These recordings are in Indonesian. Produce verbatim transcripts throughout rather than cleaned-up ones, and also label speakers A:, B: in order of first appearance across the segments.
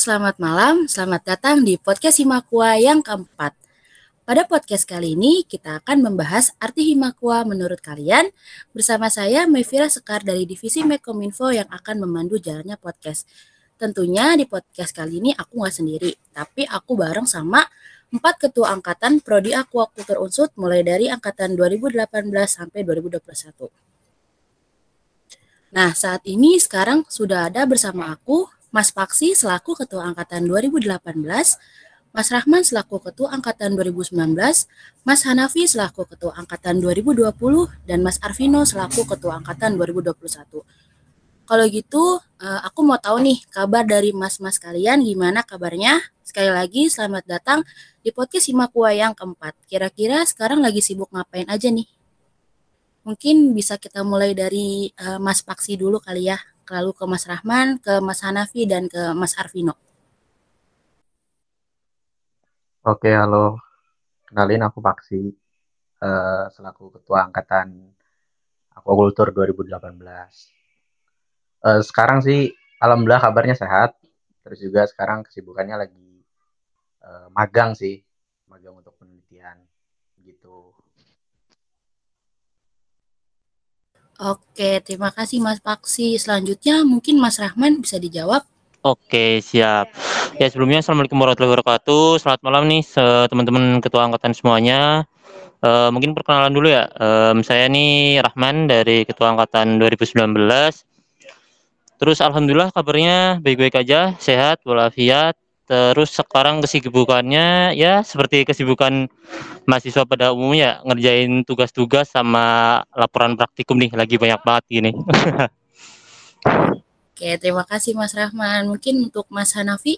A: selamat malam. Selamat datang di podcast Himakua yang keempat. Pada podcast kali ini, kita akan membahas arti Himakua menurut kalian bersama saya, Mevira Sekar dari Divisi Medkominfo yang akan memandu jalannya podcast. Tentunya di podcast kali ini aku nggak sendiri, tapi aku bareng sama empat ketua angkatan Prodi Aquacultur Unsud mulai dari angkatan dua ribu delapan belas sampai dua ribu dua puluh satu. Nah, saat ini sekarang sudah ada bersama aku Mas Paksi selaku Ketua Angkatan dua ribu delapan belas, Mas Rahman selaku Ketua Angkatan dua ribu sembilan belas, Mas Hanafi selaku Ketua Angkatan dua ribu dua puluh, dan Mas Arvino selaku Ketua Angkatan dua ribu dua puluh satu. Kalau gitu, aku mau tahu nih kabar dari mas-mas kalian, gimana kabarnya? Sekali lagi, selamat datang di podcast Himakua yang keempat. Kira-kira sekarang lagi sibuk ngapain aja nih? Mungkin bisa kita mulai dari uh, Mas Paksi dulu kali ya, lalu ke Mas Rahman, ke Mas Hanafi, dan ke Mas Arvino.
B: Oke, halo. Kenalin aku Paksi, uh, selaku Ketua Angkatan Aquacultur dua ribu delapan belas. Uh, sekarang sih, alhamdulillah kabarnya sehat. Terus juga sekarang kesibukannya lagi uh, magang sih, magang untuk penelitian, gitu.
A: Oke, terima kasih Mas Paksi. Selanjutnya mungkin Mas Rahman bisa dijawab.
C: Oke, siap. Ya, sebelumnya Assalamualaikum warahmatullahi wabarakatuh. Selamat malam nih teman-teman ketua angkatan semuanya. Uh, mungkin perkenalan dulu ya. Um, saya nih Rahman dari ketua angkatan dua ribu sembilan belas. Terus alhamdulillah kabarnya baik-baik aja, sehat, walafiat. Terus sekarang kesibukannya ya seperti kesibukan mahasiswa pada umumnya, ngerjain tugas-tugas sama laporan praktikum nih, lagi banyak banget gini.
A: Oke, terima kasih Mas Rahman. Mungkin untuk Mas Hanafi.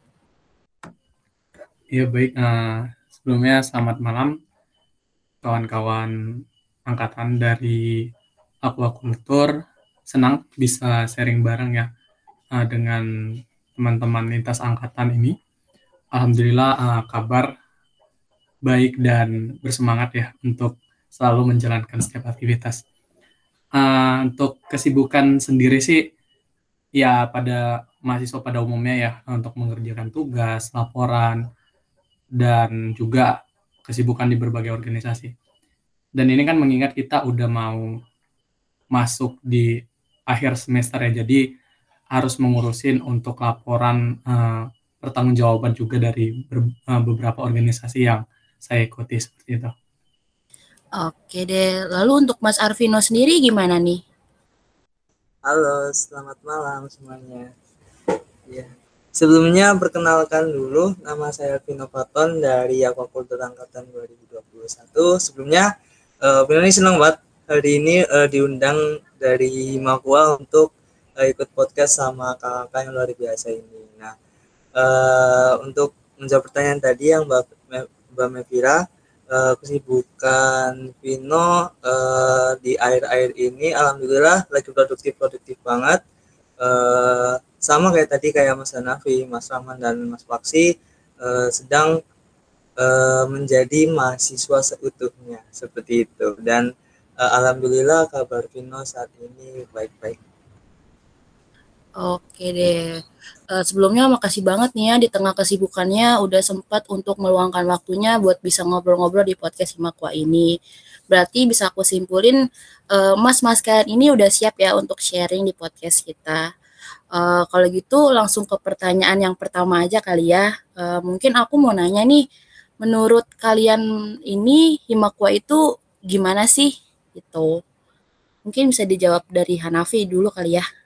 D: Iya baik, uh, sebelumnya selamat malam kawan-kawan angkatan dari Aquacultur. Senang bisa sharing bareng ya uh, dengan teman-teman lintas angkatan ini. Alhamdulillah uh, kabar baik dan bersemangat ya untuk selalu menjalankan setiap aktivitas. Uh, untuk kesibukan sendiri sih ya pada mahasiswa pada umumnya ya, untuk mengerjakan tugas, laporan, dan juga kesibukan di berbagai organisasi. Dan ini kan mengingat kita udah mau masuk di akhir semester ya, jadi harus mengurusin untuk laporan uh, pertanggungjawaban juga dari ber, uh, beberapa organisasi yang saya ikuti seperti itu.
A: Oke deh, lalu untuk Mas Arvino sendiri gimana nih?
E: Halo, selamat malam semuanya. Ya. Sebelumnya perkenalkan dulu, nama saya Arvino Paton dari Aquacultur Angkatan dua ribu dua puluh satu. Sebelumnya, uh, benar ini senang banget hari ini uh, diundang dari Himakua untuk uh, ikut podcast sama kakak yang luar biasa ini. Nah, uh, untuk menjawab pertanyaan tadi yang Mbak, Mbak Mevira, uh, kesibukan Vino uh, di akhir-akhir ini, alhamdulillah lagi produktif-produktif banget. Uh, sama kayak tadi kayak Mas Hanafi, Mas Rahman, dan Mas Paksi uh, sedang uh, menjadi mahasiswa seutuhnya seperti itu. Dan uh, alhamdulillah kabar Vino saat ini baik-baik.
A: Oke deh. Uh, sebelumnya makasih banget nih ya di tengah kesibukannya udah sempat untuk meluangkan waktunya buat bisa ngobrol-ngobrol di podcast Himakua ini. Berarti bisa aku simpulin uh, mas-mas kalian ini udah siap ya untuk sharing di podcast kita. Uh, kalau gitu langsung ke pertanyaan yang pertama aja kali ya. Uh, mungkin aku mau nanya nih, menurut kalian ini Himakua itu gimana sih? Gitu. Mungkin bisa dijawab dari Hanafi dulu kali ya.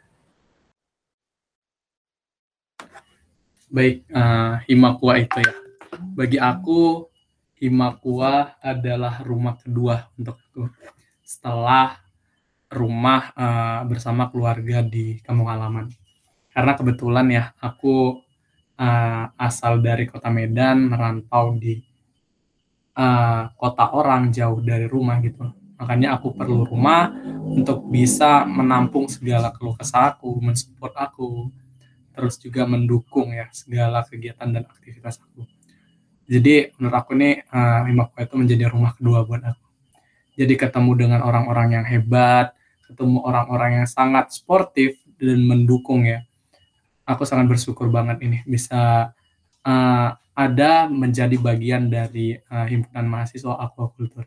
D: Baik, uh, Himakua itu ya. Bagi aku, Himakua adalah rumah kedua untukku. Setelah rumah uh, bersama keluarga di kampung halaman. Karena kebetulan ya, aku uh, asal dari kota Medan, merantau di uh, kota orang, jauh dari rumah gitu. Makanya aku perlu rumah untuk bisa menampung segala keluh kesah aku, mensupport aku, terus juga mendukung ya segala kegiatan dan aktivitas aku. Jadi menurut aku nih uh, Himakua itu menjadi rumah kedua buat aku. Jadi ketemu dengan orang-orang yang hebat, ketemu orang-orang yang sangat sportif dan mendukung ya. aku sangat bersyukur banget ini bisa uh, ada menjadi bagian dari uh, himpunan mahasiswa aquaculture.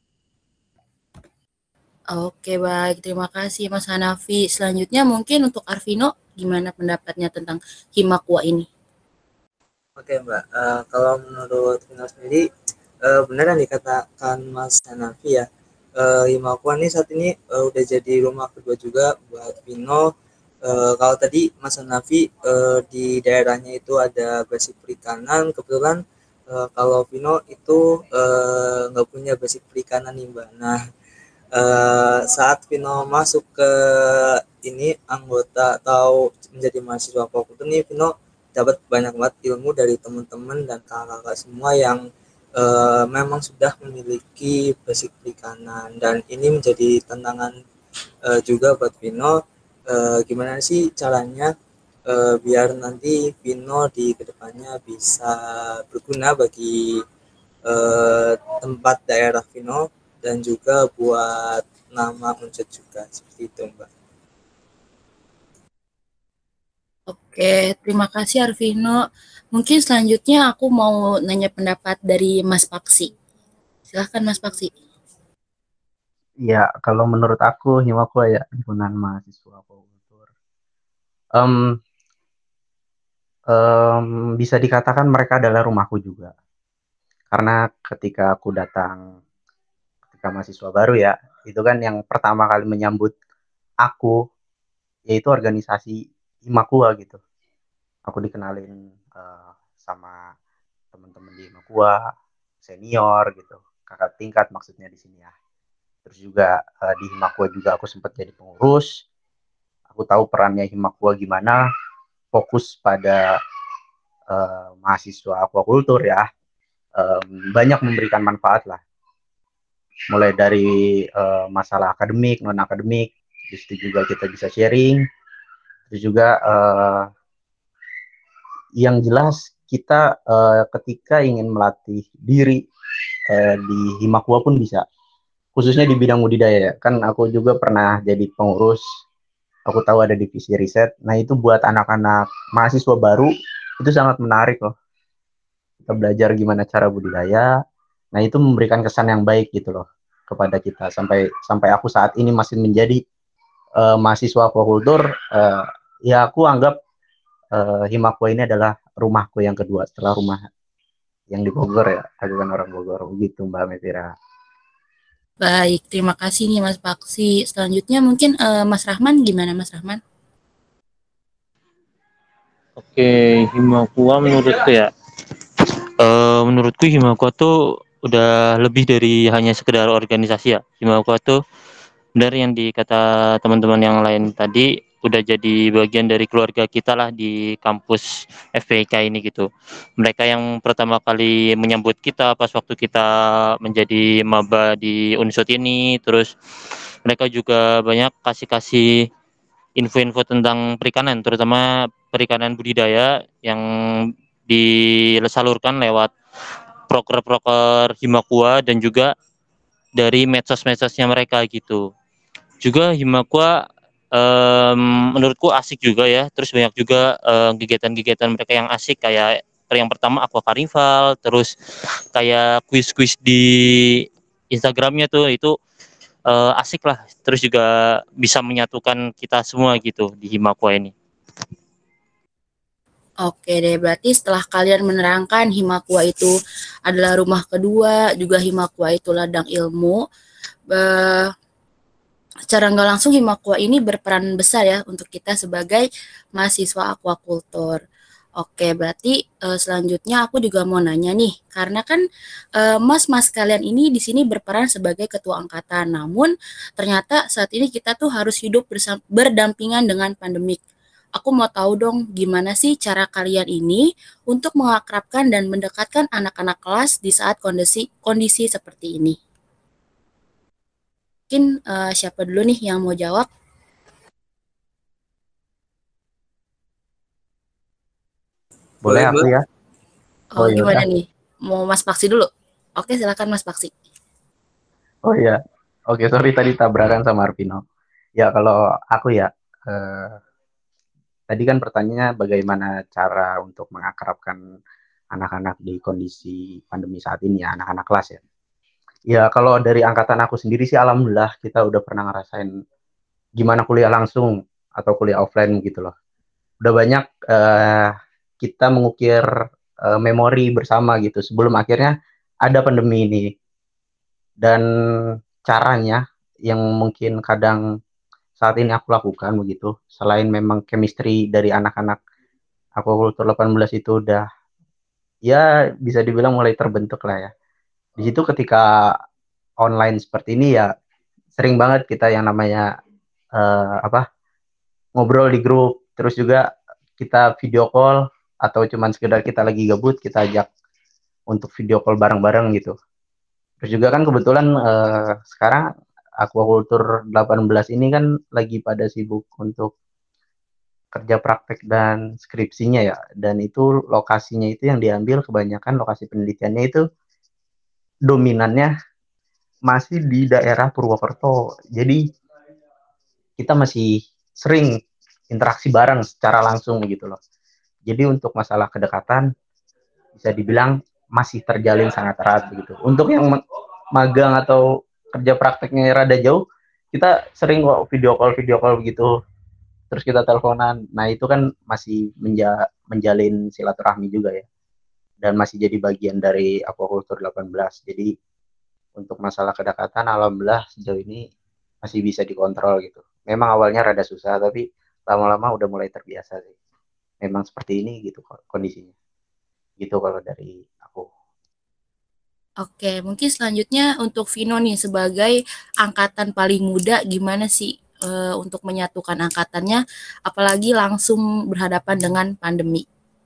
A: Oke, baik. Terima kasih Mas Hanafi. Selanjutnya mungkin untuk Arvino, gimana pendapatnya tentang Himakwa ini?
E: Oke Mbak, uh, kalau menurut Vino sendiri, uh, benar yang dikatakan Mas Hanafi ya, uh, Himakwa ini saat ini uh, udah jadi rumah kedua juga buat Vino. Uh, kalau tadi Mas Hanafi uh, di daerahnya itu ada basic perikanan, kebetulan uh, kalau Vino itu nggak uh, punya basic perikanan nih Mbak. Nah, uh, saat Vino masuk ke ini anggota atau menjadi mahasiswa aquaculture nih, Vino dapat banyak banget ilmu dari teman-teman dan kakak-kakak semua yang uh, memang sudah memiliki basic perikanan, dan ini menjadi tantangan uh, juga buat Vino, uh, gimana sih caranya uh, biar nanti Vino di kedepannya bisa berguna bagi uh, tempat daerah Vino dan juga buat nama Unsur juga, seperti itu Mbak.
A: Oke, terima kasih Arvino. Mungkin selanjutnya aku mau nanya pendapat dari Mas Paksi. Silahkan Mas Paksi.
B: Ya, kalau menurut aku Himakwa ya himpunan mahasiswa aquaculture. Um, um, bisa dikatakan mereka adalah rumahku juga. Karena ketika aku datang, ketika mahasiswa baru ya, itu kan yang pertama kali menyambut aku yaitu organisasi Himakwa gitu. Aku dikenalin uh, sama teman-teman di Himakwa, senior gitu, kakak tingkat maksudnya di sini ya. Terus juga uh, di Himakwa juga aku sempat jadi pengurus. Aku tahu perannya Himakwa gimana, fokus pada uh, mahasiswa aquaculture ya. Um, banyak memberikan manfaat lah. Mulai dari uh, masalah akademik, non akademik, di situ juga kita bisa sharing. Terus juga uh, yang jelas kita uh, ketika ingin melatih diri uh, di Himakwa pun bisa, khususnya di bidang budidaya. Kan aku juga pernah jadi pengurus, aku tahu ada divisi riset. Nah itu buat anak-anak mahasiswa baru itu sangat menarik loh. Kita belajar gimana cara budidaya. Nah itu memberikan kesan yang baik gitu loh kepada kita, sampai sampai aku saat ini masih menjadi uh, mahasiswa aquaculture. Uh, ya aku anggap uh, Himakwa ini adalah rumahku yang kedua setelah rumah yang di Bogor ya. Aku kan orang Bogor begitu Mbak Mevira.
A: Baik, terima kasih nih Mas Paksi. Selanjutnya mungkin uh, Mas Rahman, gimana Mas Rahman?
C: Oke, Himakwa menurutku ya, uh, menurutku Himakwa tuh udah lebih dari hanya sekedar organisasi ya. Himakwa tuh benar yang dikata teman-teman yang lain tadi, udah jadi bagian dari keluarga kita lah di kampus F P I K ini gitu. Mereka yang pertama kali menyambut kita pas waktu kita menjadi maba di Unsut ini, terus mereka juga banyak kasih-kasih info-info tentang perikanan, terutama perikanan budidaya yang disalurkan lewat proker-proker Himakwa dan juga dari medsos-medsosnya mereka gitu. Juga Himakwa um, menurutku asik juga ya, terus banyak juga um, kegiatan-kegiatan mereka yang asik, kayak yang pertama Aqua Carnival, terus kayak kuis-kuis di Instagramnya tuh, itu uh, asik lah, terus juga bisa menyatukan kita semua gitu di Himakwa ini.
A: Oke deh, berarti setelah kalian menerangkan Himakwa itu adalah rumah kedua, juga Himakwa itu ladang ilmu, uh, secara nggak langsung Himakwa ini berperan besar ya untuk kita sebagai mahasiswa aquaculture. Oke, berarti uh, selanjutnya aku juga mau nanya nih, karena kan uh, mas-mas kalian ini di sini berperan sebagai ketua angkatan, namun ternyata saat ini kita tuh harus hidup bersam- berdampingan dengan pandemik. Aku mau tahu dong, gimana sih cara kalian ini untuk mengakrabkan dan mendekatkan anak-anak kelas di saat kondisi kondisi seperti ini? Mungkin uh, siapa dulu nih yang mau jawab?
B: Boleh aku ya?
A: Oh, oh gimana nih? Mau Mas Paksi dulu? Oke, silakan Mas Paksi.
B: Oh iya, oke sorry tadi tabrakan sama Arvino. Ya kalau aku ya, eh, tadi kan pertanyaannya bagaimana cara untuk mengakrabkan anak-anak di kondisi pandemi saat ini ya, anak-anak kelas ya. Ya kalau dari angkatan aku sendiri sih alhamdulillah kita udah pernah ngerasain gimana kuliah langsung atau kuliah offline gitu loh. Udah banyak uh, kita mengukir uh, memori bersama gitu sebelum akhirnya ada pandemi ini. Dan caranya yang mungkin kadang saat ini aku lakukan begitu, selain memang chemistry dari anak-anak Aquaculture delapan belas itu udah ya bisa dibilang mulai terbentuk lah ya. Di situ ketika online seperti ini ya sering banget kita yang namanya uh, apa ngobrol di grup, terus juga kita video call atau cuman sekedar kita lagi gabut kita ajak untuk video call bareng-bareng gitu. Terus juga kan kebetulan uh, sekarang Aquaculture delapan belas ini kan lagi pada sibuk untuk kerja praktek dan skripsinya ya. Dan itu lokasinya itu yang diambil kebanyakan lokasi penelitiannya itu dominannya masih di daerah Purwokerto. Jadi kita masih sering interaksi bareng secara langsung gitu loh. Jadi untuk masalah kedekatan bisa dibilang masih terjalin sangat erat begitu. Untuk yang magang atau kerja prakteknya rada jauh, kita sering kok video call video call begitu. Terus kita teleponan. Nah, itu kan masih menja menjalin silaturahmi juga ya. Dan masih jadi bagian dari Aquaculture delapan belas. Jadi untuk masalah kedekatan alhamdulillah sejauh ini masih bisa dikontrol gitu. Memang awalnya rada susah tapi lama-lama udah mulai terbiasa sih. Memang seperti ini gitu kondisinya. Gitu kalau dari aku.
A: Oke, mungkin selanjutnya untuk Vino nih sebagai angkatan paling muda gimana sih e, untuk menyatukan angkatannya apalagi langsung berhadapan dengan pandemi?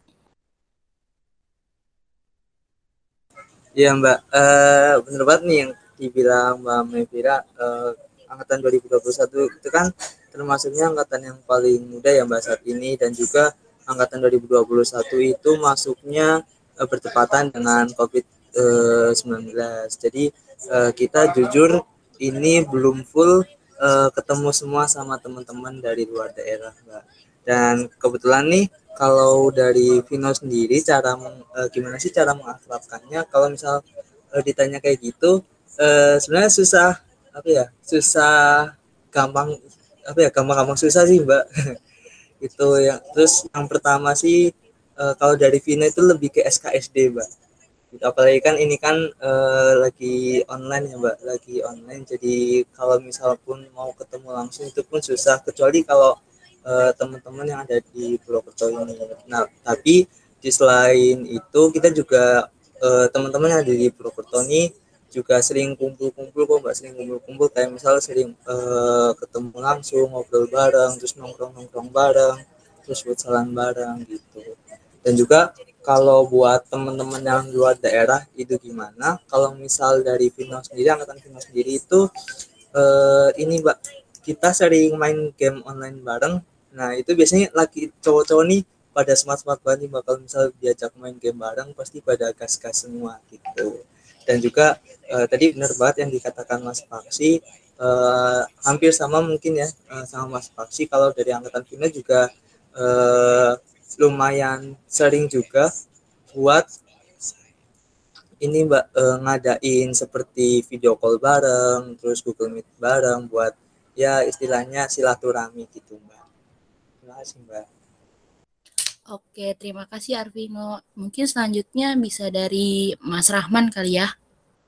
E: Iya Mbak, uh, bener banget nih yang dibilang Mbak Mevira, uh, angkatan dua ribu dua puluh satu itu kan termasuknya angkatan yang paling muda ya Mbak saat ini, dan juga angkatan dua ribu dua puluh satu itu masuknya uh, bertepatan dengan covid sembilan belas. Jadi uh, kita jujur ini belum full uh, ketemu semua sama teman-teman dari luar daerah Mbak. Dan kebetulan nih kalau dari Vino sendiri cara uh, gimana sih cara mengakrabkannya? Kalau misal uh, ditanya kayak gitu, uh, sebenarnya susah apa ya? Susah gampang apa ya? Gampang-gampang susah sih Mbak. Itu yang terus yang pertama sih uh, kalau dari Vino itu lebih ke S K S D Mbak. Apalagi kan ini kan uh, lagi online ya Mbak, lagi online. Jadi kalau misal pun mau ketemu langsung itu pun susah, kecuali kalau uh, teman-teman yang ada di Purwokerto ini. Nah, tapi di selain itu kita juga uh, teman-teman yang ada di Purwokerto ini juga sering kumpul-kumpul kok Mbak, sering kumpul-kumpul kayak misal sering uh, ketemu langsung, ngobrol bareng, terus nongkrong-nongkrong bareng, terus futsalan bareng gitu. Dan juga kalau buat teman-teman yang luar daerah itu gimana? Kalau misal dari Vino sendiri, angkatan Vino sendiri itu eh, ini Mbak, kita sering main game online bareng. Nah itu biasanya lagi cowok-cowok nih pada smart-smart banget nih, bakal misal diajak main game bareng pasti pada gas-gas semua gitu. Dan juga eh, tadi benar banget yang dikatakan Mas Paksi, eh, hampir sama mungkin ya eh, sama Mas Paksi. Kalau dari angkatan Vino juga eh, lumayan sering juga buat ini Mbak eh, ngadain seperti video call bareng, terus Google Meet bareng buat ya istilahnya silaturahmi gitu Mbak. Terima kasih Mbak.
A: Oke, terima kasih Arvino. Mungkin selanjutnya bisa dari Mas Rahman kali ya.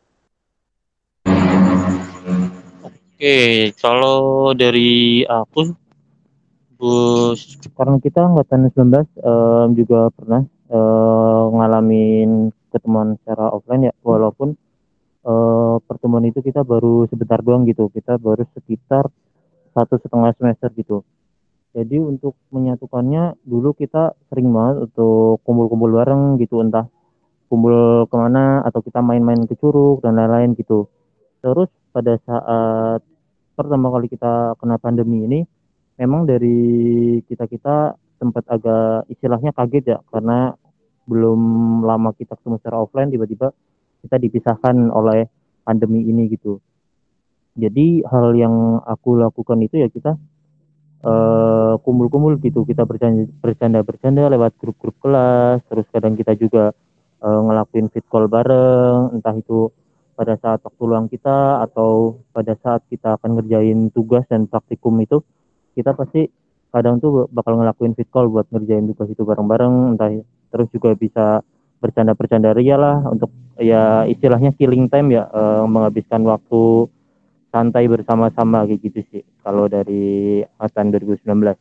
C: Oke, kalau dari aku Bus, karena kita angkatan sembilan belas um, juga pernah uh, ngalamin ketemuan secara offline ya, walaupun uh, pertemuan itu kita baru sebentar doang gitu, kita baru sekitar satu setengah semester gitu. Jadi untuk menyatukannya dulu kita sering banget untuk kumpul-kumpul bareng gitu, entah kumpul kemana atau kita main-main ke curug dan lain-lain gitu. Terus pada saat pertama kali kita kena pandemi ini, memang dari kita-kita sempat agak istilahnya kaget ya, karena belum lama kita ketemu secara offline, tiba-tiba kita dipisahkan oleh pandemi ini gitu. Jadi hal yang aku lakukan itu ya kita eh, kumpul-kumpul gitu, kita bercanda- bercanda-bercanda lewat grup-grup kelas, terus kadang kita juga eh, ngelakuin fit call bareng, entah itu pada saat waktu luang kita atau pada saat kita akan ngerjain tugas dan praktikum itu, kita pasti kadang tuh bakal ngelakuin fit call buat ngerjain tugas itu bareng-bareng, entah terus juga bisa bercanda-bercanda ria lah untuk ya istilahnya killing time ya, eh, menghabiskan waktu santai bersama-sama kayak gitu sih kalau dari angkatan dua ribu sembilan belas.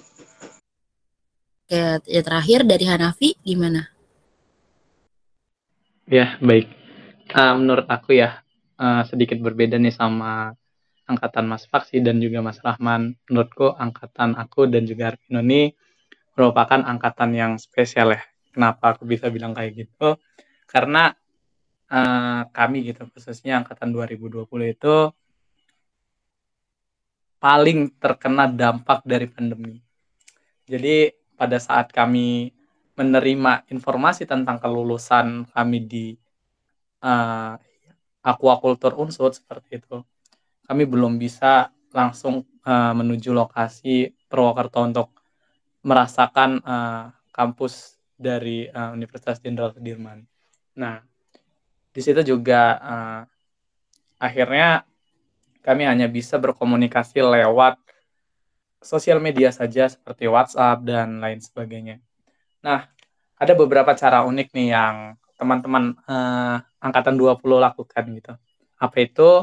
A: Ya, ya terakhir dari Hanafi gimana?
D: Ya, baik. Uh, menurut aku ya, uh, sedikit berbeda nih sama angkatan Mas Faksi dan juga Mas Rahman. Menurutku angkatan aku dan juga Arvino ini merupakan angkatan yang spesial ya. Kenapa aku bisa bilang kayak gitu? Karena uh, kami gitu, khususnya angkatan dua ribu dua puluh itu paling terkena dampak dari pandemi. Jadi pada saat kami menerima informasi tentang kelulusan kami di uh, aquaculture Unsud seperti itu, kami belum bisa langsung uh, menuju lokasi Purwokerto untuk merasakan uh, kampus dari uh, Universitas Jenderal Sudirman. Nah, di situ juga uh, akhirnya kami hanya bisa berkomunikasi lewat sosial media saja seperti WhatsApp dan lain sebagainya. Nah, ada beberapa cara unik nih yang teman-teman uh, angkatan dua puluh lakukan gitu. Apa itu?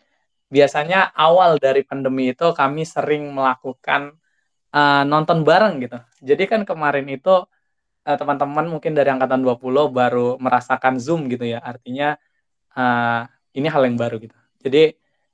D: Biasanya awal dari pandemi itu kami sering melakukan uh, nonton bareng gitu. Jadi kan kemarin itu uh, teman-teman mungkin dari angkatan dua puluh baru merasakan Zoom gitu ya. Artinya uh, ini hal yang baru gitu. Jadi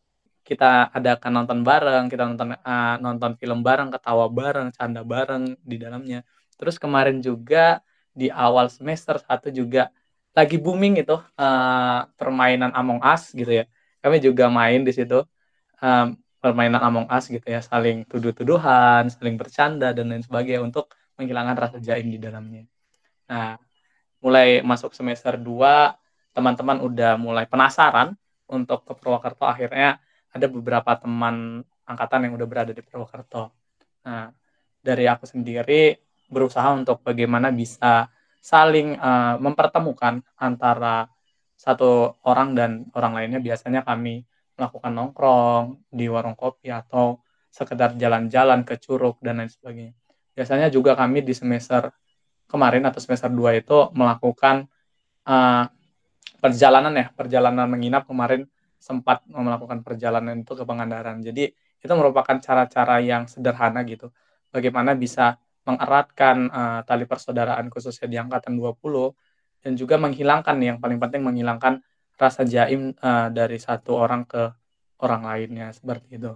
D: kita adakan nonton bareng, kita nonton uh, nonton film bareng, ketawa bareng, canda bareng di dalamnya. Terus kemarin juga di awal semester satu juga lagi booming itu uh, permainan Among Us gitu ya. Kami juga main di situ um, permainan Among Us gitu ya, saling tuduh-tuduhan, saling bercanda dan lain sebagainya untuk menghilangkan rasa jaim di dalamnya. Nah, mulai masuk semester dua, teman-teman udah mulai penasaran untuk ke Purwokerto. Akhirnya ada beberapa teman angkatan yang udah berada di Purwokerto. Nah, dari aku sendiri berusaha untuk bagaimana bisa saling uh, mempertemukan antara satu orang dan orang lainnya. Biasanya kami melakukan nongkrong di warung kopi atau sekedar jalan-jalan ke Curug dan lain sebagainya. Biasanya juga kami di semester kemarin atau semester dua itu melakukan uh, perjalanan ya, perjalanan menginap. Kemarin sempat melakukan perjalanan itu ke Pangandaran. Jadi itu merupakan cara-cara yang sederhana gitu. Bagaimana bisa mengeratkan uh, tali persaudaraan khususnya di angkatan dua puluh dan juga menghilangkan yang paling penting menghilangkan rasa jaim uh, dari satu orang ke orang lainnya seperti itu.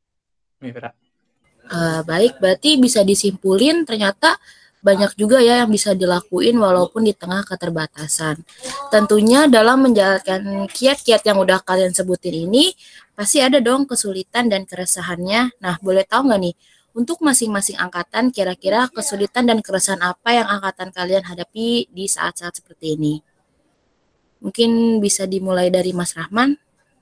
D: Mifra.
A: Uh, baik, berarti bisa disimpulin ternyata banyak juga ya yang bisa dilakuin walaupun di tengah keterbatasan. Tentunya dalam menjalankan kiat-kiat yang udah kalian sebutin ini, pasti ada dong kesulitan dan keresahannya. Nah, boleh tahu nggak nih, untuk masing-masing angkatan kira-kira kesulitan dan keresahan apa yang angkatan kalian hadapi di saat-saat seperti ini? Mungkin bisa dimulai dari Mas Rahman.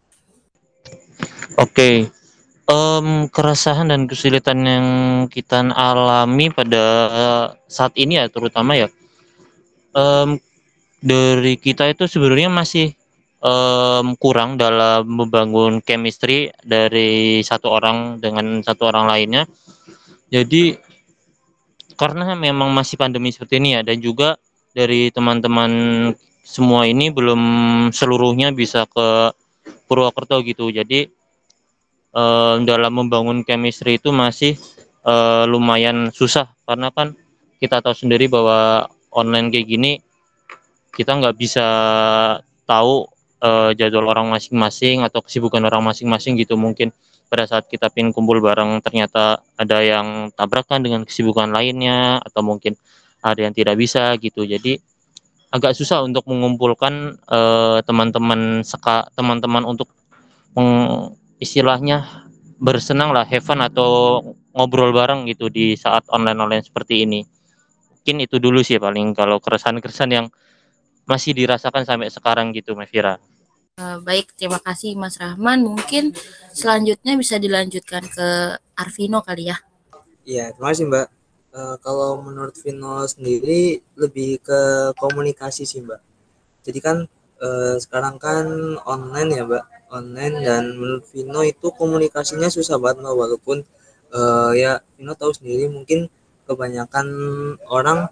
C: Oke, okay. um, keresahan dan kesulitan yang kita alami pada saat ini ya, terutama ya, um, dari kita itu sebenarnya masih um, kurang dalam membangun chemistry dari satu orang dengan satu orang lainnya. Jadi karena memang masih pandemi seperti ini ya, dan juga dari teman-teman semua ini belum seluruhnya bisa ke Purwokerto gitu. Jadi eh, dalam membangun chemistry itu masih eh, lumayan susah, karena kan kita tahu sendiri bahwa online kayak gini kita nggak bisa tahu eh, jadwal orang masing-masing atau kesibukan orang masing-masing gitu. Mungkin pada saat kita pin kumpul bareng ternyata ada yang tabrakan dengan kesibukan lainnya, atau mungkin ada yang tidak bisa gitu. Jadi agak susah untuk mengumpulkan eh, teman-teman seka teman-teman untuk meng, istilahnya bersenang lah, have fun atau ngobrol bareng gitu di saat online-online seperti ini. Mungkin itu dulu sih paling kalau keresahan-keresahan yang masih dirasakan sampai sekarang gitu, Mevira.
A: Uh, baik, terima kasih Mas Rahman. Mungkin selanjutnya bisa dilanjutkan ke Arvino kali ya.
E: Iya, terima kasih Mbak. Uh, kalau menurut Vino sendiri lebih ke komunikasi sih Mbak. Jadi kan uh, sekarang kan online ya Mbak, online, dan menurut Vino itu komunikasinya susah banget Mbak, walaupun uh, ya Vino tahu sendiri mungkin kebanyakan orang,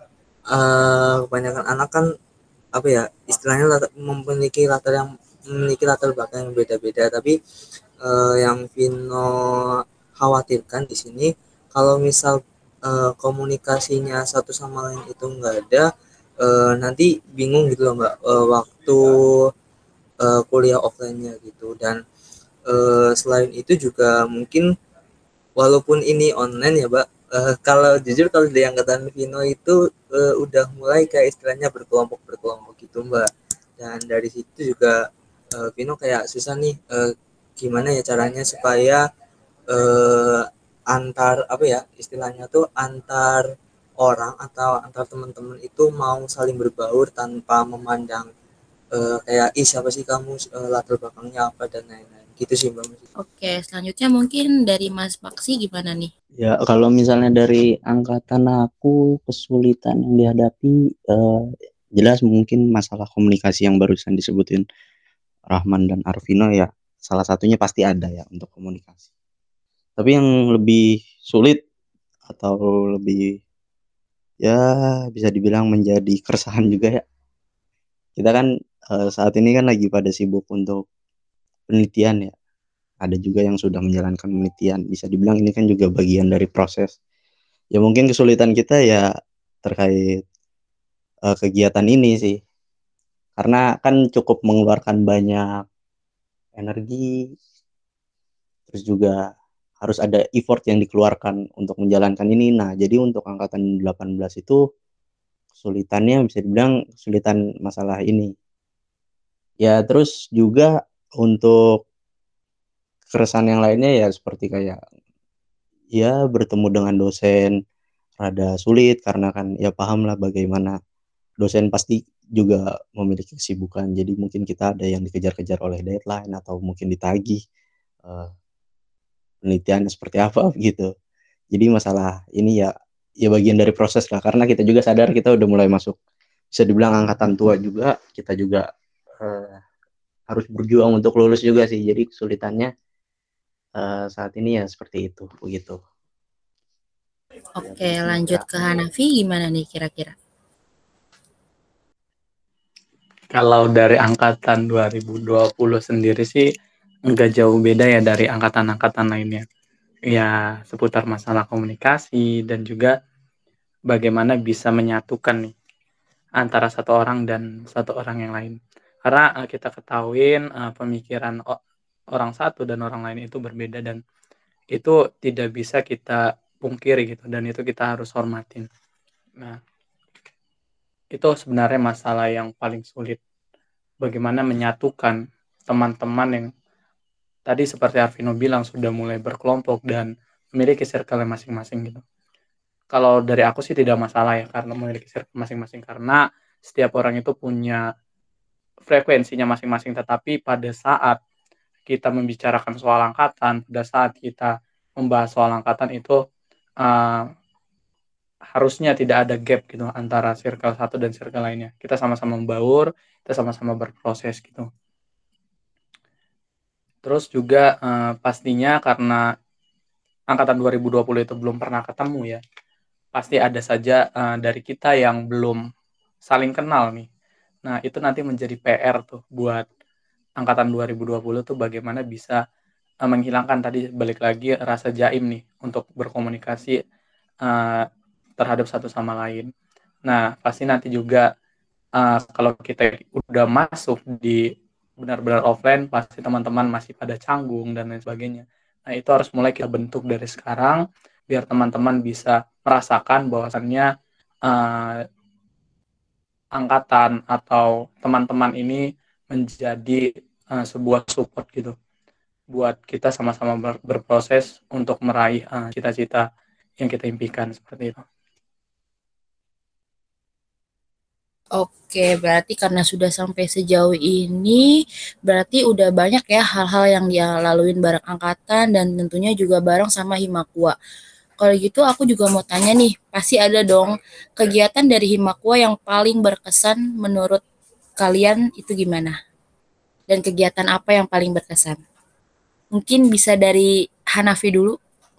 E: uh, kebanyakan anak kan apa ya istilahnya latar, memiliki latar yang memiliki latar belakang yang beda-beda, tapi uh, yang Vino khawatirkan di sini kalau misal uh, komunikasinya satu sama lain itu nggak ada, uh, nanti bingung gitu loh Mbak, uh, waktu uh, kuliah offline-nya gitu. Dan uh, selain itu juga mungkin walaupun ini online ya Mbak, uh, kalau jujur kalau di angkatan Vino itu uh, udah mulai kayak istilahnya berkelompok-berkelompok gitu Mbak. Dan dari situ juga uh, Vino kayak susah nih, uh, gimana ya caranya supaya uh, antar apa ya istilahnya tuh antar orang atau antar teman-teman itu mau saling berbaur tanpa memandang uh, kayak ih siapa sih kamu, uh, latar belakangnya apa dan lain-lain gitu sih Mbak.
A: Oke, selanjutnya mungkin dari Mas Paksi gimana nih?
F: Ya, kalau misalnya dari angkatan aku, kesulitan yang dihadapi eh, jelas mungkin masalah komunikasi yang barusan disebutin Rahman dan Arvino ya. Salah satunya pasti ada ya untuk komunikasi. Tapi yang lebih sulit atau lebih ya bisa dibilang menjadi keresahan juga ya. Kita kan eh, saat ini kan lagi pada sibuk untuk penelitian ya. Ada juga yang sudah menjalankan penelitian. Bisa dibilang ini kan juga bagian dari proses. Ya mungkin kesulitan kita ya terkait uh, kegiatan ini sih. Karena kan cukup mengeluarkan banyak energi. Terus juga harus ada effort yang dikeluarkan untuk menjalankan ini. Nah, jadi untuk angkatan delapan belas itu kesulitannya bisa dibilang kesulitan masalah ini. Ya terus juga untuk keresahan yang lainnya ya seperti kayak ya bertemu dengan dosen rada sulit karena kan ya paham lah bagaimana dosen pasti juga memiliki kesibukan, jadi mungkin kita ada yang dikejar-kejar oleh deadline atau mungkin ditagih uh, penelitiannya seperti apa gitu. Jadi masalah ini ya ya bagian dari proses lah, karena kita juga sadar kita udah mulai masuk bisa dibilang angkatan tua juga, kita juga uh, harus berjuang untuk lulus juga sih, jadi kesulitannya uh, saat ini ya seperti itu begitu.
A: Oke, lanjut ke Hanafi gimana nih kira-kira?
D: Kalau dari angkatan dua ribu dua puluh sendiri sih nggak jauh beda ya dari angkatan-angkatan lainnya. Ya seputar masalah komunikasi dan juga bagaimana bisa menyatukan nih antara satu orang dan satu orang yang lain. Karena uh, kita ketahuin uh, pemikiran o- orang satu dan orang lain itu berbeda, dan itu tidak bisa kita pungkiri gitu, dan itu kita harus hormatin. Nah, itu sebenarnya masalah yang paling sulit. Bagaimana menyatukan teman-teman yang tadi seperti Arvino bilang sudah mulai berkelompok dan memiliki circle masing-masing gitu. Kalau dari aku sih tidak masalah ya karena memiliki circle masing-masing, karena setiap orang itu punya frekuensinya masing-masing, tetapi pada saat kita membicarakan soal angkatan, pada saat kita membahas soal angkatan itu uh, harusnya tidak ada gap gitu antara circle satu dan circle lainnya. Kita sama-sama membaur, kita sama-sama berproses gitu. Terus juga uh, pastinya karena angkatan dua ribu dua puluh itu belum pernah ketemu ya, pasti ada saja uh, dari kita yang belum saling kenal nih. Nah, itu nanti menjadi P R tuh buat angkatan dua ribu dua puluh tuh bagaimana bisa uh, menghilangkan tadi balik lagi rasa jaim nih untuk berkomunikasi uh, terhadap satu sama lain. Nah, pasti nanti juga uh, kalau kita udah masuk di benar-benar offline, pasti teman-teman masih pada canggung dan lain sebagainya. Nah, itu harus mulai kita bentuk dari sekarang biar teman-teman bisa merasakan bahwasannya uh, angkatan atau teman-teman ini menjadi uh, sebuah support gitu buat kita sama-sama ber- berproses untuk meraih uh, cita-cita yang kita impikan seperti itu.
A: Oke, berarti karena sudah sampai sejauh ini, berarti udah banyak ya hal-hal yang dia laluin bareng angkatan dan tentunya juga bareng sama Himakua. kalau gitu aku juga mau tanya nih, pasti ada dong kegiatan dari Himakwa yang paling berkesan menurut kalian itu gimana? Dan kegiatan apa yang paling berkesan? Mungkin bisa dari Hanafi dulu.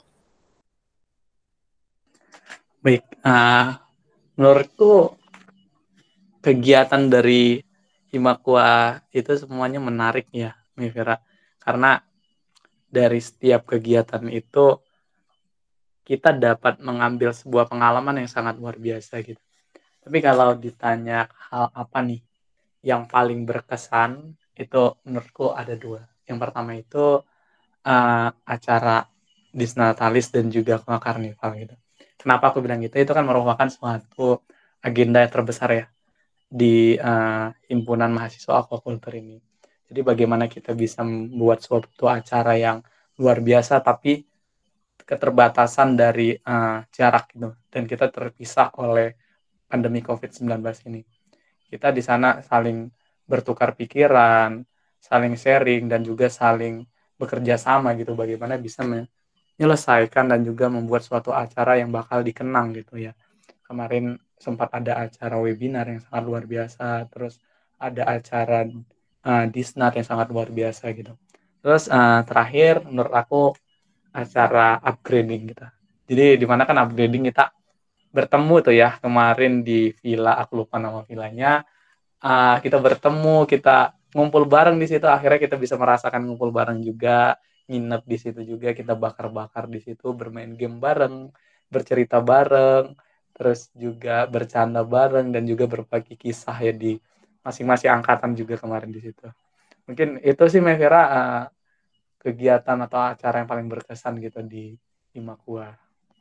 D: Baik, uh, menurutku kegiatan dari Himakwa itu semuanya menarik ya, Mifira. Karena dari setiap kegiatan itu kita dapat mengambil sebuah pengalaman yang sangat luar biasa gitu. Tapi kalau ditanya hal apa nih yang paling berkesan, itu menurutku ada dua. Yang pertama itu uh, acara Disnatalis dan juga Aqua Carnival gitu. Kenapa aku bilang gitu? Itu kan merupakan suatu agenda yang terbesar ya di uh, himpunan mahasiswa aquaculture ini. Jadi bagaimana kita bisa membuat suatu acara yang luar biasa tapi keterbatasan dari uh, jarak gitu dan kita terpisah oleh pandemi covid sembilan belas ini. Kita di sana saling bertukar pikiran, saling sharing dan juga saling bekerja sama gitu bagaimana bisa menyelesaikan dan juga membuat suatu acara yang bakal dikenang gitu ya. Kemarin sempat ada acara webinar yang sangat luar biasa, terus ada acara uh, Disnat yang sangat luar biasa gitu. Terus uh, terakhir menurut aku acara upgrading kita. Jadi di mana kan upgrading kita bertemu tuh ya kemarin di villa, aku lupa nama villanya. Uh, kita bertemu, kita ngumpul bareng di situ. Akhirnya kita bisa merasakan ngumpul bareng juga, nginep di situ juga, kita bakar-bakar di situ, bermain game bareng, bercerita bareng, terus juga bercanda bareng dan juga berbagi kisah ya di masing-masing angkatan juga kemarin di situ. Mungkin itu sih Mevera uh, kegiatan atau acara yang paling berkesan gitu di Himakwa.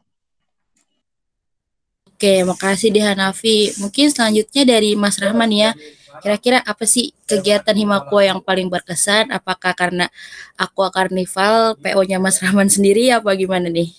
A: Oke, makasih di Hanafi. Mungkin selanjutnya dari Mas Rahman ya. Kira-kira apa sih kegiatan Himakwa yang paling berkesan? Apakah karena Aqua Carnival P O-nya Mas Rahman sendiri apa gimana nih?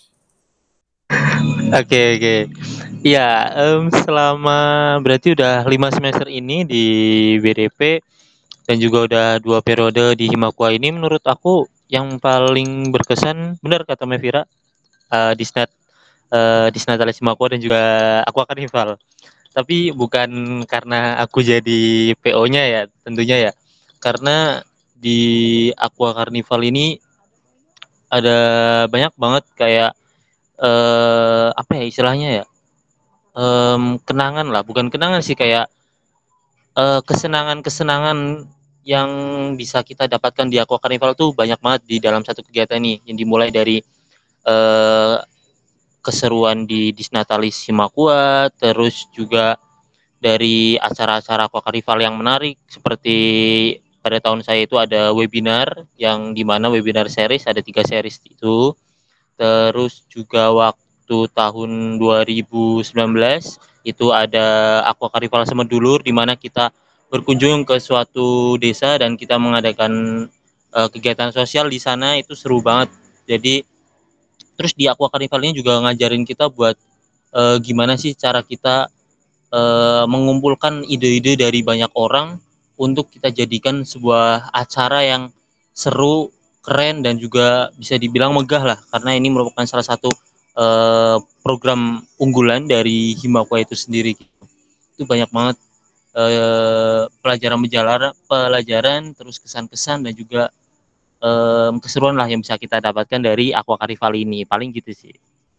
C: Oke oke. Ya, em, selama berarti udah lima semester ini di B D P dan juga udah dua periode di Himakwa ini, menurut aku yang paling berkesan, benar kata Mevira, uh, Disnat uh, Disnatalis Himakwa dan juga Aqua Carnival. Tapi bukan karena aku jadi P O-nya ya, tentunya ya. Karena di Aqua Carnival ini ada banyak banget kayak eh apa ya istilahnya ya? Em, kenangan lah, bukan kenangan sih kayak eh, kesenangan-kesenangan yang bisa kita dapatkan di Aqua Carnival tuh banyak banget di dalam satu kegiatan ini yang dimulai dari eh, keseruan di Disnatalis Himakwa, terus juga dari acara-acara Aqua Carnival yang menarik seperti pada tahun saya itu ada webinar yang dimana webinar series ada tiga series itu, terus juga waktu tahun dua ribu sembilan belas itu ada Aqua Carnival Semedulur di mana kita berkunjung ke suatu desa dan kita mengadakan uh, kegiatan sosial di sana, itu seru banget. Jadi terus di Aqua Carnival ini juga ngajarin kita buat uh, gimana sih cara kita uh, mengumpulkan ide-ide dari banyak orang untuk kita jadikan sebuah acara yang seru, keren dan juga bisa dibilang megah lah, karena ini merupakan salah satu uh, program unggulan dari Himakwa itu sendiri. Itu banyak banget uh, pelajaran pelajaran pelajaran terus kesan-kesan dan juga um, keseruan lah yang bisa kita dapatkan dari Aqua Carnival ini, paling gitu sih.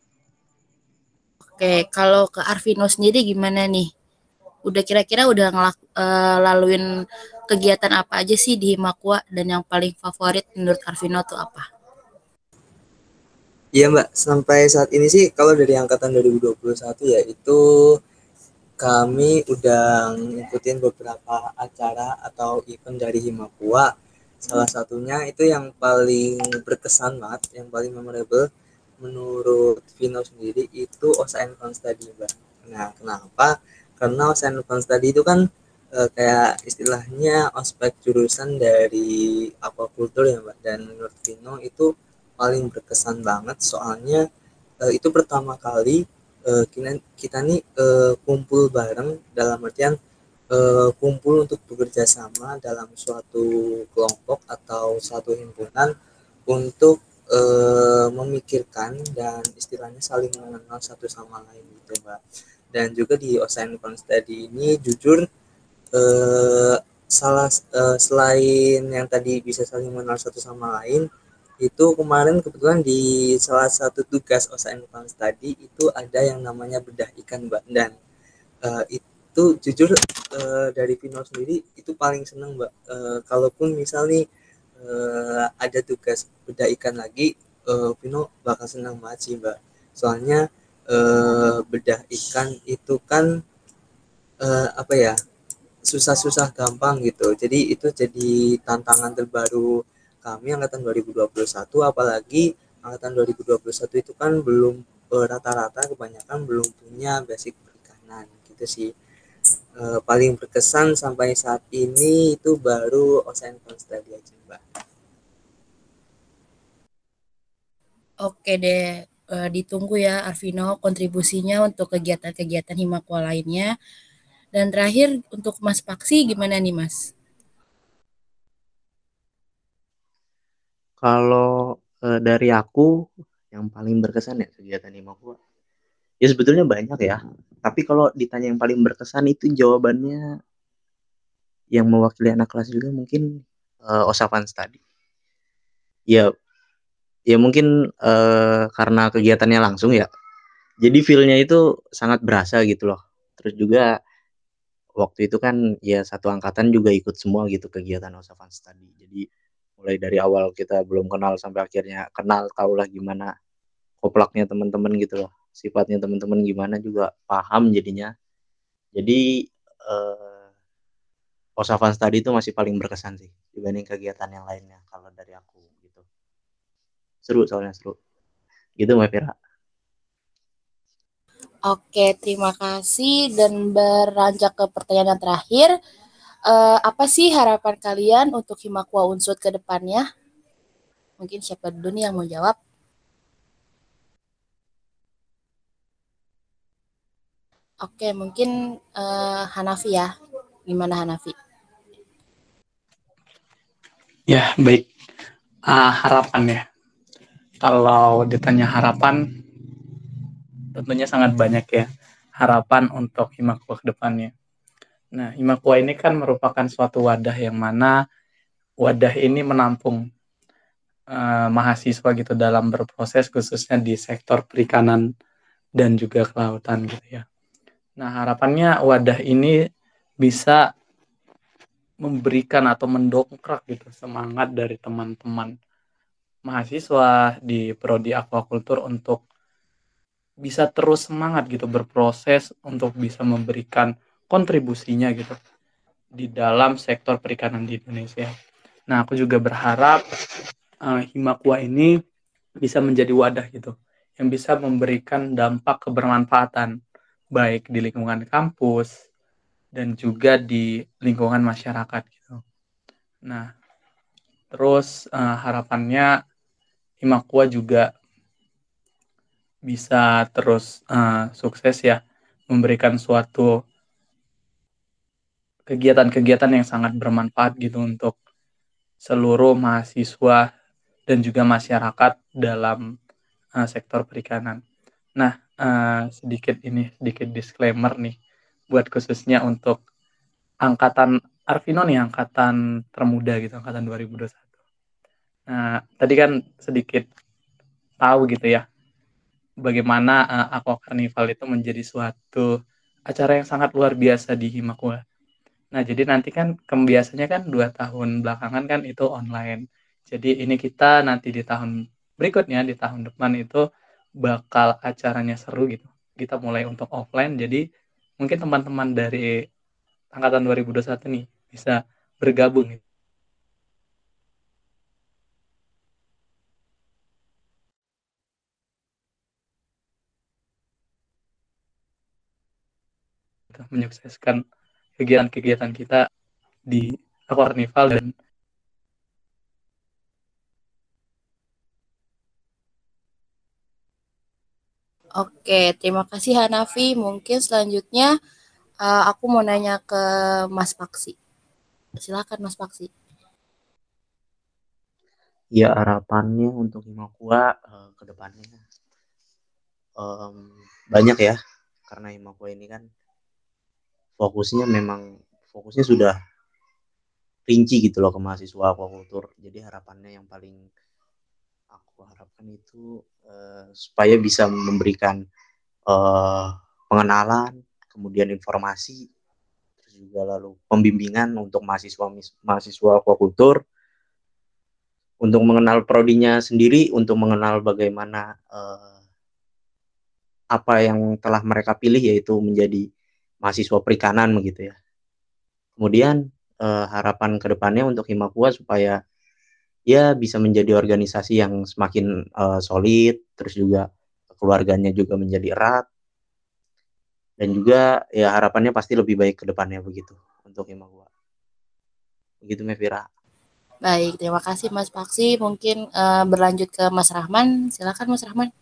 A: Oke, kalau ke Arvino sendiri gimana nih? Udah kira-kira udah ngelaluin uh, kegiatan apa aja sih di Himakwa dan yang paling favorit menurut Arvino tuh apa?
E: Iya Mbak, sampai saat ini sih kalau dari angkatan dua ribu dua puluh satu ya itu kami udah ngikutin beberapa acara atau event dari Himakwa. Salah satunya itu yang paling berkesan banget, yang paling memorable menurut Vino sendiri itu Ocean Fun Study Mbak. Nah kenapa? Karena Ocean Fun Study itu kan e, kayak istilahnya ospek jurusan dari aquaculture ya Mbak. Dan menurut Vino itu paling berkesan banget soalnya e, itu pertama kali e, kita, kita nih e, kumpul bareng dalam artian e, kumpul untuk bekerja sama dalam suatu kelompok atau suatu himpunan untuk e, uh, memikirkan dan istilahnya saling mengenal satu sama lain gitu Mbak. Dan juga di Ocean Fund Study ini jujur uh, salah uh, selain yang tadi bisa saling mengenal satu sama lain, itu kemarin kebetulan di salah satu tugas Ocean Fund Study itu ada yang namanya bedah ikan Mbak. Dan uh, itu jujur uh, dari Vino sendiri itu paling senang Mbak. Uh, kalaupun misal nih uh, ada tugas bedah ikan lagi, uh, Vino bakal senang banget sih Mbak. Soalnya uh, bedah ikan itu kan uh, apa ya, susah-susah gampang gitu. Jadi itu jadi tantangan terbaru kami angkatan dua ribu dua puluh satu, apalagi angkatan dua ribu dua puluh satu itu kan belum uh, rata-rata kebanyakan belum punya basic perikanan gitu sih. Uh, paling berkesan sampai saat ini itu baru Ocean Fund Study aja Mbak.
A: Oke deh, uh, ditunggu ya Arvino kontribusinya untuk kegiatan-kegiatan Himakwa lainnya. Dan terakhir untuk Mas Paksi gimana nih Mas?
F: Kalau uh, dari aku yang paling berkesan ya kegiatan Himakwa, ya sebetulnya banyak ya. Tapi kalau ditanya yang paling berkesan itu jawabannya yang mewakili anak kelas juga mungkin uh, Osapan Study. Ya, ya mungkin uh, karena kegiatannya langsung ya. Jadi feel-nya itu sangat berasa gitu loh. Terus juga waktu itu kan ya satu angkatan juga ikut semua gitu kegiatan Osapan Study. Jadi mulai dari awal kita belum kenal sampai akhirnya kenal, tahulah gimana koplaknya teman-teman gitu loh. Sifatnya teman-teman gimana juga paham jadinya. Jadi uh, Osapan Study itu masih paling berkesan sih dibanding kegiatan yang lainnya kalau dari aku gitu. Seru soalnya seru. Gitu Mbak Fira.
A: Oke, terima kasih dan beranjak ke pertanyaan yang terakhir. Uh, apa sih harapan kalian untuk Himakwa Unsud ke depannya? Mungkin siapa dulu nih yang mau jawab? Oke, mungkin uh, Hanafi ya. Gimana Hanafi?
D: Ya, baik. Uh, harapan ya. Kalau ditanya harapan, tentunya sangat banyak ya harapan untuk Himakwa ke depannya. Nah, Himakwa ini kan merupakan suatu wadah yang mana wadah ini menampung uh, mahasiswa gitu dalam berproses khususnya di sektor perikanan dan juga kelautan gitu ya. Nah, harapannya wadah ini bisa memberikan atau mendongkrak gitu semangat dari teman-teman mahasiswa di prodi aquaculture untuk bisa terus semangat gitu berproses untuk bisa memberikan kontribusinya gitu di dalam sektor perikanan di Indonesia. Nah, aku juga berharap uh, Himakwa ini bisa menjadi wadah gitu yang bisa memberikan dampak kebermanfaatan baik di lingkungan kampus dan juga di lingkungan masyarakat gitu. Nah, terus uh, harapannya Himakwa juga bisa terus uh, sukses ya memberikan suatu kegiatan-kegiatan yang sangat bermanfaat gitu untuk seluruh mahasiswa dan juga masyarakat dalam uh, sektor perikanan. Nah, uh, sedikit ini sedikit disclaimer nih buat khususnya untuk angkatan Arvino nih, angkatan termuda gitu, angkatan dua ribu dua puluh satu. Nah, tadi kan sedikit tahu gitu ya bagaimana uh, Aqua Carnival itu menjadi suatu acara yang sangat luar biasa di Himakwa. Nah, jadi nanti kan biasanya kan dua tahun belakangan kan itu online. Jadi ini kita nanti di tahun berikutnya, di tahun depan itu bakal acaranya seru gitu. Kita mulai untuk offline, jadi mungkin teman-teman dari angkatan dua ribu dua puluh satu nih bisa bergabung gitu. Menyukseskan kegiatan-kegiatan kita di Aqua Carnival dan
A: Oke, terima kasih Hanafi. Mungkin selanjutnya uh, aku mau nanya ke Mas Paksi. Silakan Mas Paksi.
F: Ya harapannya untuk Himakwa uh, depannya um, banyak ya, karena Himakua ini kan fokusnya memang fokusnya sudah rinci gitu loh ke mahasiswa aquaculture. Jadi harapannya yang paling aku harapkan itu uh, supaya bisa memberikan uh, pengenalan, kemudian informasi, terus juga lalu pembimbingan untuk mahasiswa mahasiswa aquaculture untuk mengenal prodinya sendiri, untuk mengenal bagaimana uh, apa yang telah mereka pilih, yaitu menjadi mahasiswa perikanan begitu ya. Kemudian uh, harapan kedepannya untuk Himakua supaya ya bisa menjadi organisasi yang semakin uh, solid, terus juga keluarganya juga menjadi erat, dan juga ya harapannya pasti lebih baik ke depannya begitu untuk Himakua. Begitu Mevira.
A: Baik, terima kasih Mas Paksi. Mungkin uh, berlanjut ke Mas Rahman. Silakan Mas Rahman.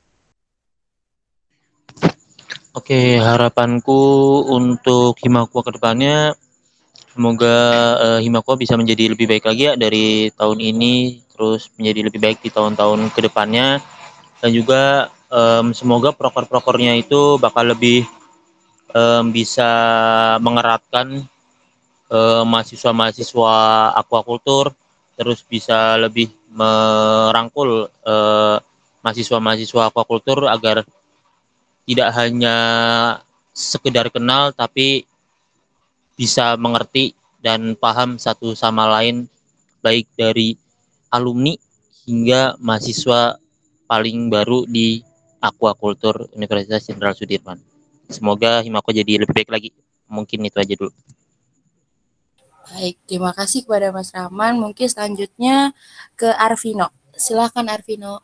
C: Oke, harapanku untuk Himakua ke depannya semoga uh, Himakua bisa menjadi lebih baik lagi ya dari tahun ini, terus menjadi lebih baik di tahun-tahun ke depannya, dan juga um, semoga proker-prokernya itu bakal lebih um, bisa mengeratkan uh, mahasiswa-mahasiswa aquaculture, terus bisa lebih merangkul uh, mahasiswa-mahasiswa aquaculture agar tidak hanya sekedar kenal tapi bisa mengerti dan paham satu sama lain, baik dari alumni hingga mahasiswa paling baru di aquaculture Universitas Jenderal Sudirman. Semoga Himakua jadi lebih baik lagi. Mungkin itu aja dulu.
A: Baik, terima kasih kepada Mas Rahman. Mungkin selanjutnya ke Arvino. Silakan Arvino.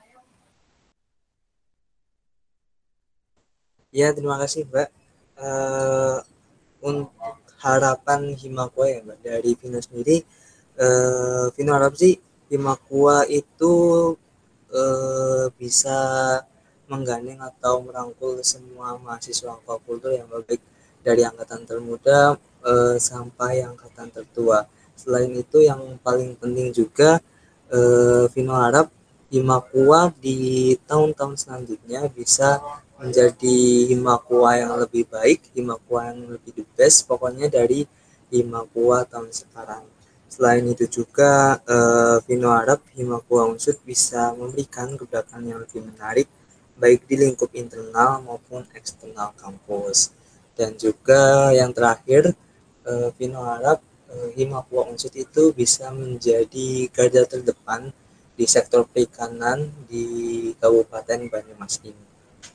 E: Ya, terima kasih Mbak. Uh, untuk harapan Himakua ya Mbak, dari Vino sendiri, uh, Vino harap sih Himakua itu uh, bisa menggandeng atau merangkul semua mahasiswa aquaculture yang baik dari angkatan termuda uh, sampai angkatan tertua. Selain itu yang paling penting juga, uh, Vino harap Himakua di tahun-tahun selanjutnya bisa menjadi Himakua yang lebih baik, Himakua yang lebih the best, pokoknya dari Himakua tahun sekarang. Selain itu juga, eh, Vino harap Himakua Unsud bisa memberikan gebrakan yang lebih menarik, baik di lingkup internal maupun eksternal kampus. Dan juga yang terakhir, eh, Vino harap eh, Himakua Unsud itu bisa menjadi garda terdepan di sektor perikanan di Kabupaten Banyumas ini.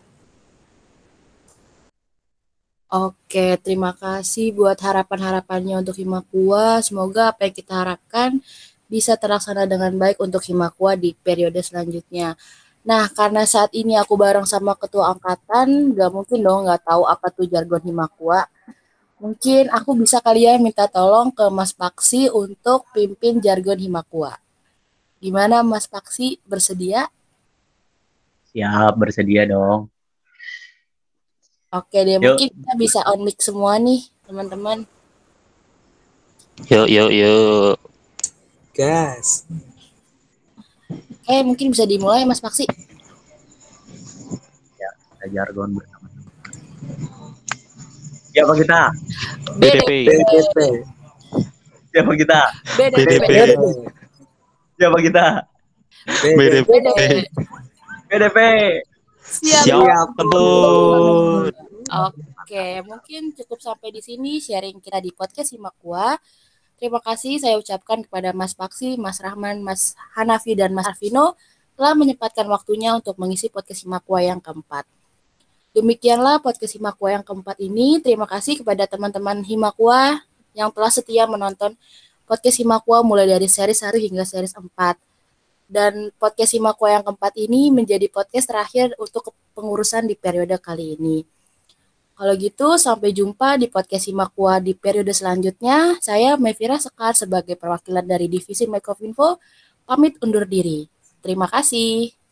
A: Oke, terima kasih buat harapan-harapannya untuk Himakua. Semoga apa yang kita harapkan bisa terlaksana dengan baik untuk Himakua di periode selanjutnya. Nah, karena saat ini aku bareng sama ketua angkatan, gak mungkin dong gak tahu apa tuh jargon Himakua. Mungkin aku bisa kalian minta tolong ke Mas Paksi untuk pimpin jargon Himakua. Gimana Mas Paksi, bersedia?
F: Siap, bersedia dong.
A: Oke deh, yuk. Mungkin kita bisa on mic semua nih, teman-teman.
C: Yuk, yuk, yuk.
E: Gas.
A: Oke, mungkin bisa dimulai Mas Paksi.
F: Ya, kita jargon bersama. Siapa kita?
C: B D P.
E: B D P.
F: Siapa kita?
A: B D P.
F: Siapa kita?
C: B D P.
F: B D P.
A: Siap,
C: Siap tempur.
A: Oke, mungkin cukup sampai di sini sharing kita di podcast Himakua. Terima kasih saya ucapkan kepada Mas Paksi, Mas Rahman, Mas Hanafi, dan Mas Arvino telah menyempatkan waktunya untuk mengisi podcast Himakua yang keempat. Demikianlah podcast Himakua yang keempat ini. Terima kasih kepada teman-teman Himakua yang telah setia menonton podcast Himakua mulai dari seri satu hingga seri empat. Dan podcast Himakua yang keempat ini menjadi podcast terakhir untuk pengurusan di periode kali ini. Kalau gitu, sampai jumpa di podcast Himakua di periode selanjutnya. Saya Mevira Sekar sebagai perwakilan dari Divisi Microfinfo, pamit undur diri. Terima kasih.